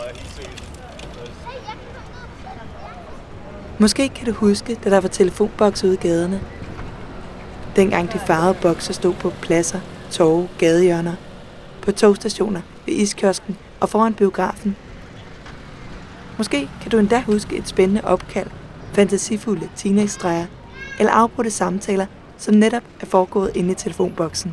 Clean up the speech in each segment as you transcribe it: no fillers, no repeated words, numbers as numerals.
Måske kan du huske, da der var telefonbokse ude i gaderne. Dengang de farvede bokser stod på pladser, torve, gadehjørner, på togstationer, ved iskiosken og foran biografen. Måske kan du endda huske et spændende opkald, fantasifulde teenage-streger eller afbrudte samtaler, som netop er foregået inde i telefonboksen.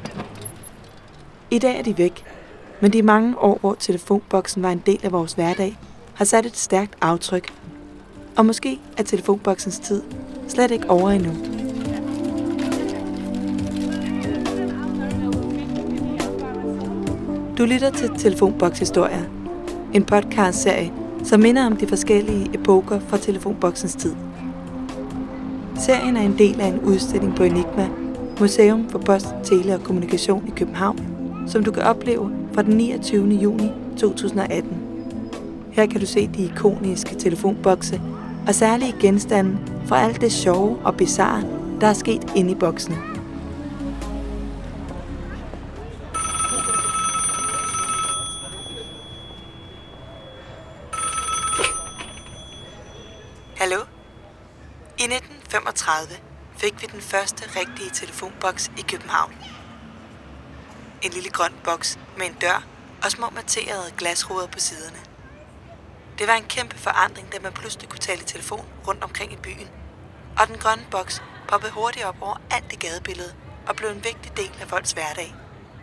I dag er de væk, men de mange år, hvor telefonboksen var en del af vores hverdag, har sat et stærkt aftryk. Og måske er telefonboksens tid slet ikke over endnu. Du lytter til Telefonbokshistorier, en podcastserie, som minder om de forskellige epoker fra telefonboksens tid. Serien er en del af en udstilling på Enigma, Museum for Post, Tele og Kommunikation i København, som du kan opleve fra den 29. juni 2018. Her kan du se de ikoniske telefonbokse og særlige genstande fra alt det sjove og bizarre, der er sket inde i boksene. Hallo? I 1935 fik vi den første rigtige telefonboks i København. En lille grøn boks med en dør og små materede glasruder på siderne. Det var en kæmpe forandring, da man pludselig kunne tale i telefon rundt omkring i byen. Og den grønne boks poppede hurtigt op over alt i gadebilledet og blev en vigtig del af folks hverdag.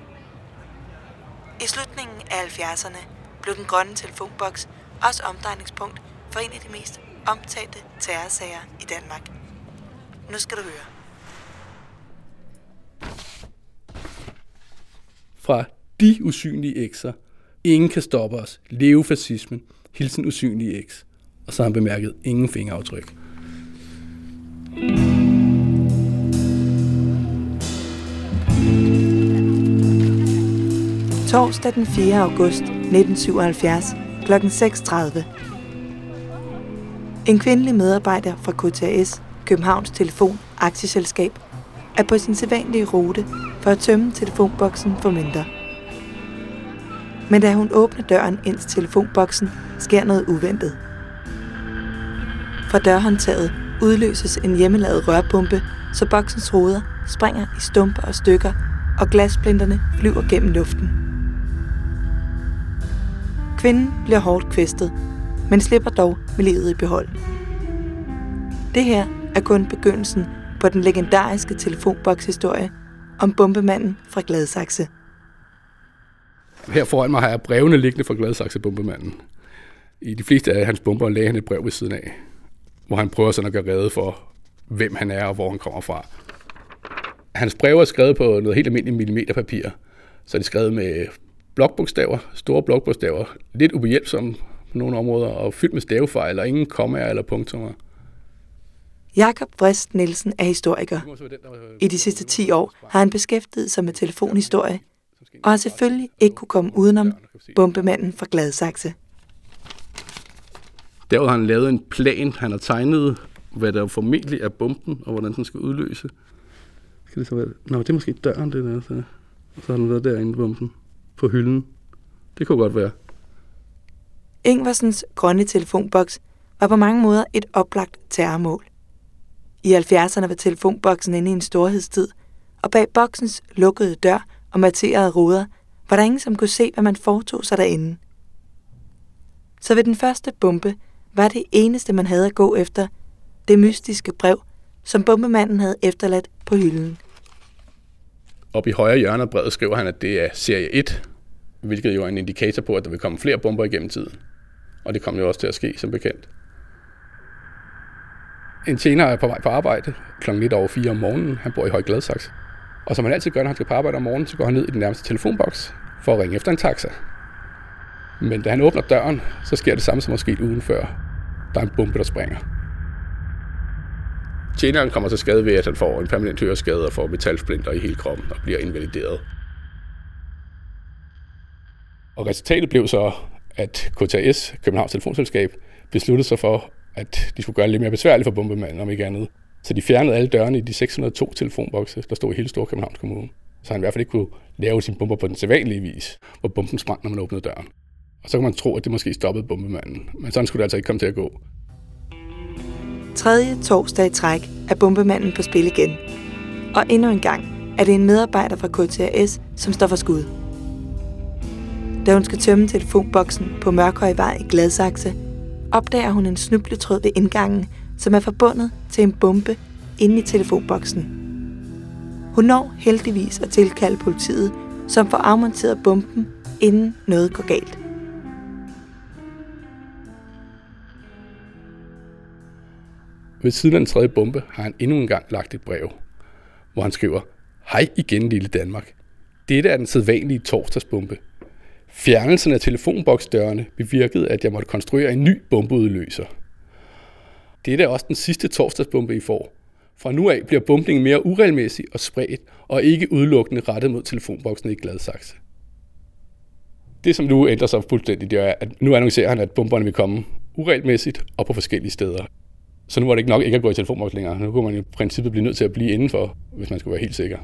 I slutningen af 70'erne blev den grønne telefonboks også omdrejningspunkt for en af de mest omtalte terrorsager i Danmark. Nu skal du høre. Fra de usynlige ekser. Ingen kan stoppe os. Leve fascismen. Hilsen usynlige eks. Og så har han bemærket ingen fingeraftryk. Torsdag den 4. august 1977 kl. 6:30. En kvindelig medarbejder fra KTAS, Københavns Telefon Aktieselskab, er på sin sædvanlige rute for at tømme telefonboksen for mønter. Men da hun åbner døren ind til telefonboksen, sker noget uventet. Fra dørhåndtaget udløses en hjemmelavet rørbombe, så boksens ruder springer i stumper og stykker, og glassplinterne flyver gennem luften. Kvinden bliver hårdt kvæstet, men slipper dog med livet i behold. Det her er kun begyndelsen på den legendariske telefonbokshistorie om bombemanden fra Gladsaxe. Her foran mig har jeg brevene liggende fra Gladsaxe-bombemanden. I de fleste af hans bomber lagde han et brev ved siden af, hvor han prøver sådan at gøre rede for, hvem han er og hvor han kommer fra. Hans breve er skrevet på noget helt almindeligt millimeterpapir, så er de skrevet med blokbogstaver, store blokbogstaver, lidt ubehjælpsomme på nogle områder, og fyldt med stavefejl og ingen kommaer eller punktummer. Jakob Vrist Nielsen er historiker. I de sidste 10 år har han beskæftiget sig med telefonhistorie, og har selvfølgelig ikke kunne komme udenom bombemanden fra Gladsaxe. Derudover har han lavet en plan, han har tegnet, hvad der formentlig er bomben, og hvordan den skal udløse. Skal det så være? Nå, det er måske døren, det der. Så. Og så har den været derinde, bomben, på hylden. Det kunne godt være. Ingvarsens grønne telefonboks var på mange måder et oplagt terrormål. I 70'erne var telefonboksen inde i en storhedstid, og bag boksens lukkede dør og materede ruder var der ingen, som kunne se, hvad man foretog sig derinde. Så ved den første bombe var det eneste, man havde at gå efter, det mystiske brev, som bombemanden havde efterladt på hylden. Oppe i højre hjørne af brevet skriver han, at det er serie 1, hvilket jo er en indikator på, at der vil komme flere bomber igennem tiden. Og det kommer jo også til at ske, som bekendt. En tjener er på vej på arbejde klokken lidt over 4 om morgenen. Han bor i Høje Gladsaxe. Og som han altid gør, når han skal på arbejde om morgenen, så går han ned i den nærmeste telefonboks for at ringe efter en taxa. Men da han åbner døren, så sker det samme som er sket ugen før. Der er en bombe, der springer. Tjeneren kommer til skade ved, at han får en permanent høreskade og får metalsplinter i hele kroppen og bliver invalideret. Og resultatet blev så, at KTAS, Københavns Telefonselskab, besluttede sig for, at de skulle gøre det lidt mere besværligt for bombemanden, om ikke andet. Så de fjernede alle dørene i de 602 telefonbokse, der stod i hele Storkøbenhavns Kommune. Så han i hvert fald ikke kunne lave sine bomber på den sædvanlige vis, hvor bomben sprang, når man åbnede døren. Og så kan man tro, at det måske stoppede bombemanden. Men sådan skulle det altså ikke komme til at gå. Tredje torsdag i træk er bombemanden på spil igen. Og endnu en gang er det en medarbejder fra KTAS, som står for skud. Da hun skal tømme telefonboksen på Mørkhøjvej i Gladsaxe, opdager hun en snubletråd ved indgangen, som er forbundet til en bombe inde i telefonboksen. Hun når heldigvis at tilkalde politiet, som får afmonteret bomben, inden noget går galt. Ved siden af den tredje bombe har han endnu en gang lagt et brev, hvor han skriver: Hej igen, lille Danmark. Dette er den sædvanlige torsdagsbombe. Fjernelsen af telefonboksdørene bevirkede, at jeg måtte konstruere en ny bombeudløser. Dette er også den sidste torsdagsbombe, I får. Fra nu af bliver bombningen mere uregelmæssig og spredt, og ikke udelukkende rettet mod telefonboksen i Gladsaxe. Det, som nu ændrer sig fuldstændig, det er, at nu annoncerer han, at bomberne vil komme uregelmæssigt og på forskellige steder. Så nu var det ikke nok ikke at gå i telefonboks længere. Nu kunne man i princippet blive nødt til at blive indenfor, hvis man skulle være helt sikker.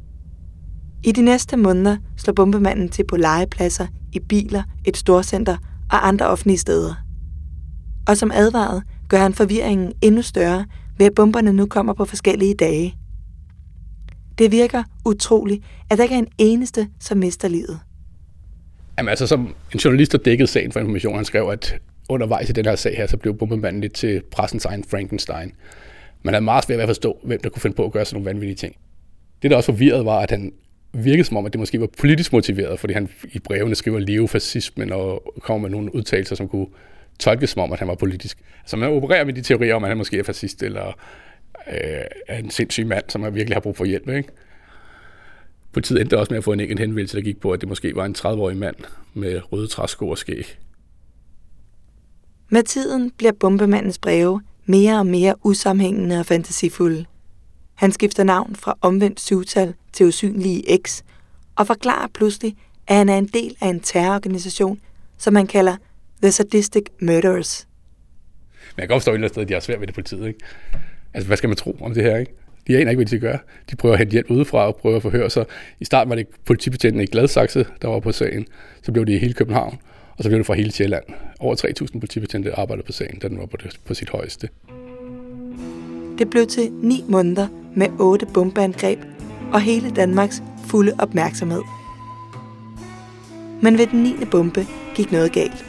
I de næste måneder slår bombemanden til på legepladser, i biler, et storcenter og andre offentlige steder. Og som advaret gør han forvirringen endnu større ved, at bomberne nu kommer på forskellige dage. Det virker utroligt, at der ikke er en eneste, som mister livet. Jamen altså, som en journalist, der dækkede sagen for Information, han skrev, at undervejs i den her sag her, så blev bombemanden lidt til pressens egen Frankenstein. Man havde meget svært ved at forstå, hvem der kunne finde på at gøre sådan nogle vanvittige ting. Det, der også forvirrede, var, at han virkede som om, at det måske var politisk motiveret, fordi han i brevene skriver leve fascismen og kommer med nogle udtalelser, som kunne tolkes som om, at han var politisk. Altså man opererer med de teorier om, at han måske er fascist eller er en sindssyg mand, som virkelig har brug for hjælp, ikke? Politiet endte også med at få en enkelt henvendelse, der gik på, at det måske var en 30-årig mand med røde træsko og skæg. Med tiden bliver bombemandens breve mere og mere usammenhængende og fantasifulde. Han skifter navn fra omvendt syvtal til usynlige X, og forklarer pludselig, at han er en del af en terrororganisation, som man kalder The Sadistic Murderers. Men jeg kan opstå et eller andet sted, at de har svært ved det politiet, ikke? Altså, hvad skal man tro om det her, ikke? De aner ikke, hvad de skal gøre. De prøver at hente hjælp udefra og prøver at forhøre sig. I starten var det politibetjentene i Gladsaxe, der var på sagen. Så blev det i hele København, og så blev det fra hele Sjælland. Over 3.000 politibetjente arbejdede på sagen, da den var på sit højeste. Det blev til 9 måneder med 8 bombeangreb og hele Danmarks fulde opmærksomhed. Men ved den 9. bombe gik noget galt.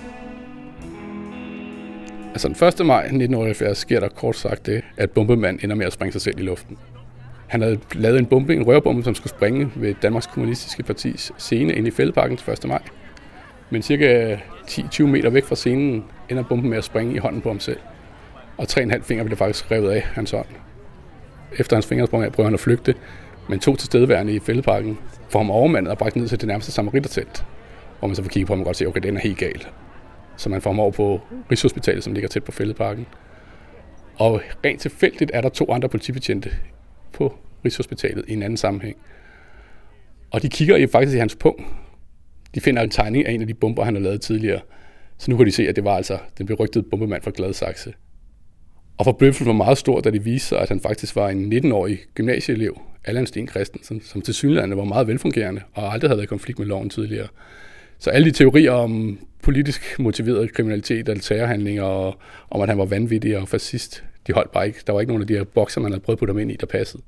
Altså den 1. maj 1978 sker der kort sagt det, at bombemanden ender med at sprænge sig selv i luften. Han havde lavet en rørbombe, som skulle springe ved Danmarks Kommunistiske Partis scene inde i Fælledparken til 1. maj. Men cirka 10-20 meter væk fra scenen ender bomben med at springe i hånden på ham selv. Og 3,5 fingre blev faktisk revet af hans hånd. Efter hans fingre sprang af, prøver han at flygte, men 2 tilstedeværende i Fælledparken får ham overmandet og bragt ned til det nærmeste samaritertelt, hvor man så får kigge på ham og godt se, okay, den er helt galt. Så man får ham over på Rigshospitalet, som ligger tæt på Fælledparken. Og rent tilfældigt er der 2 andre politibetjente på Rigshospitalet i en anden sammenhæng. Og de kigger faktisk i hans pung. De finder en tegning af en af de bomber, han har lavet tidligere. Så nu kan de se, at det var altså den berygtede bombemand fra Gladsaxe. Og forbløffelsen var meget stor, da det viste sig, at han faktisk var en 19-årig gymnasieelev, Allan Steen Christensen, som tilsyneladende var meget velfungerende og aldrig havde været i konflikt med loven tidligere. Så alle de teorier om politisk motiveret kriminalitet eller terrorhandlinger og om, at han var vanvittig og fascist, de holdt bare ikke. Der var ikke nogen af de her bokser, man havde prøvet at putte ham ind i, der passede.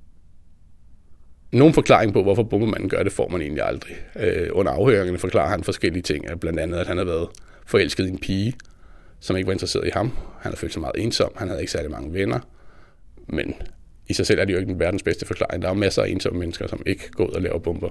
Nogen forklaring på, hvorfor bombemanden gør det, får man egentlig aldrig. Under afhøringerne forklarer han forskellige ting, blandt andet, at han havde været forelsket i en pige, som ikke var interesseret i ham. Han havde følt sig meget ensom, han havde ikke særlig mange venner. Men i sig selv er det jo ikke den verdens bedste forklaring. Der er masser af ensomme mennesker, som ikke går ud og laver bomber.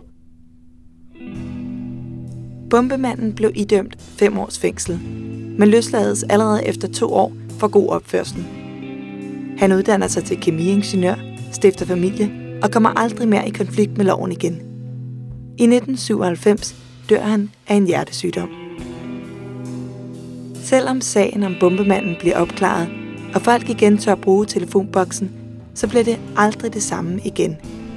Bombemanden blev idømt 5 års fængsel, men løslades allerede efter 2 år for god opførsel. Han uddanner sig til kemiingeniør, stifter familie og kommer aldrig mere i konflikt med loven igen. I 1997 dør han af en hjertesygdom. Selvom sagen om bombemanden bliver opklaret, og folk igen tør bruge telefonboksen, så bliver det aldrig det samme igen.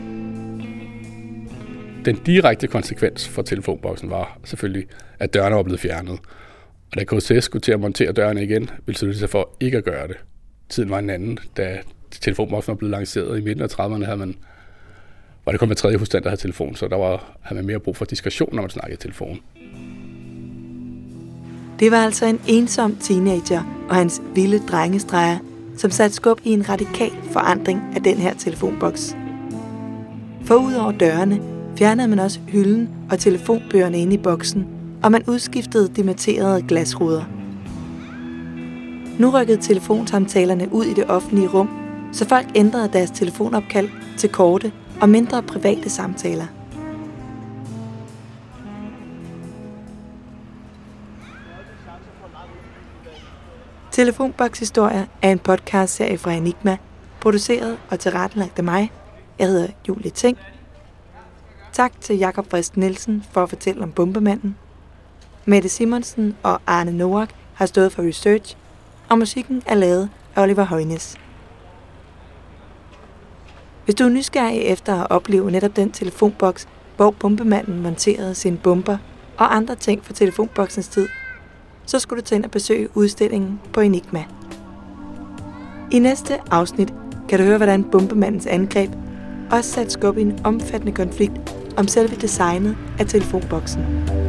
Den direkte konsekvens for telefonboksen var selvfølgelig, at dørene var blevet fjernet. Og da KTAS skulle til at montere dørene igen, ville det sig for ikke at gøre det. Tiden var en anden, da telefonboksen var blevet lanceret i midten af 30'erne, var det kun hver tredje husstand, der havde telefon, så havde man mere brug for diskretion, når man snakkede i telefon. Det var altså en ensom teenager og hans vilde drengestreger, som satte skub i en radikal forandring af den her telefonboks. For ud over dørene fjernede man også hylden og telefonbøgerne inde i boksen, og man udskiftede de materede glasruder. Nu rykkede telefonsamtalerne ud i det offentlige rum, så folk ændrede deres telefonopkald til korte og mindre private samtaler. Telefonbokshistorier er en podcastserie fra Enigma, produceret og tilrettelagt af mig. Jeg hedder Julie Ting. Tak til Jakob Frist Nielsen for at fortælle om Bombemanden. Mette Simonsen og Arne Noack har stået for research, og musikken er lavet af Oliver Højnes. Hvis du er nysgerrig efter at opleve netop den telefonboks, hvor Bombemanden monterede sine bomber og andre ting fra telefonboksens tid, så skulle du tage ind og besøge udstillingen på Enigma. I næste afsnit kan du høre, hvordan Bombemandens angreb også satte skub i en omfattende konflikt om selve designet af telefonboksen.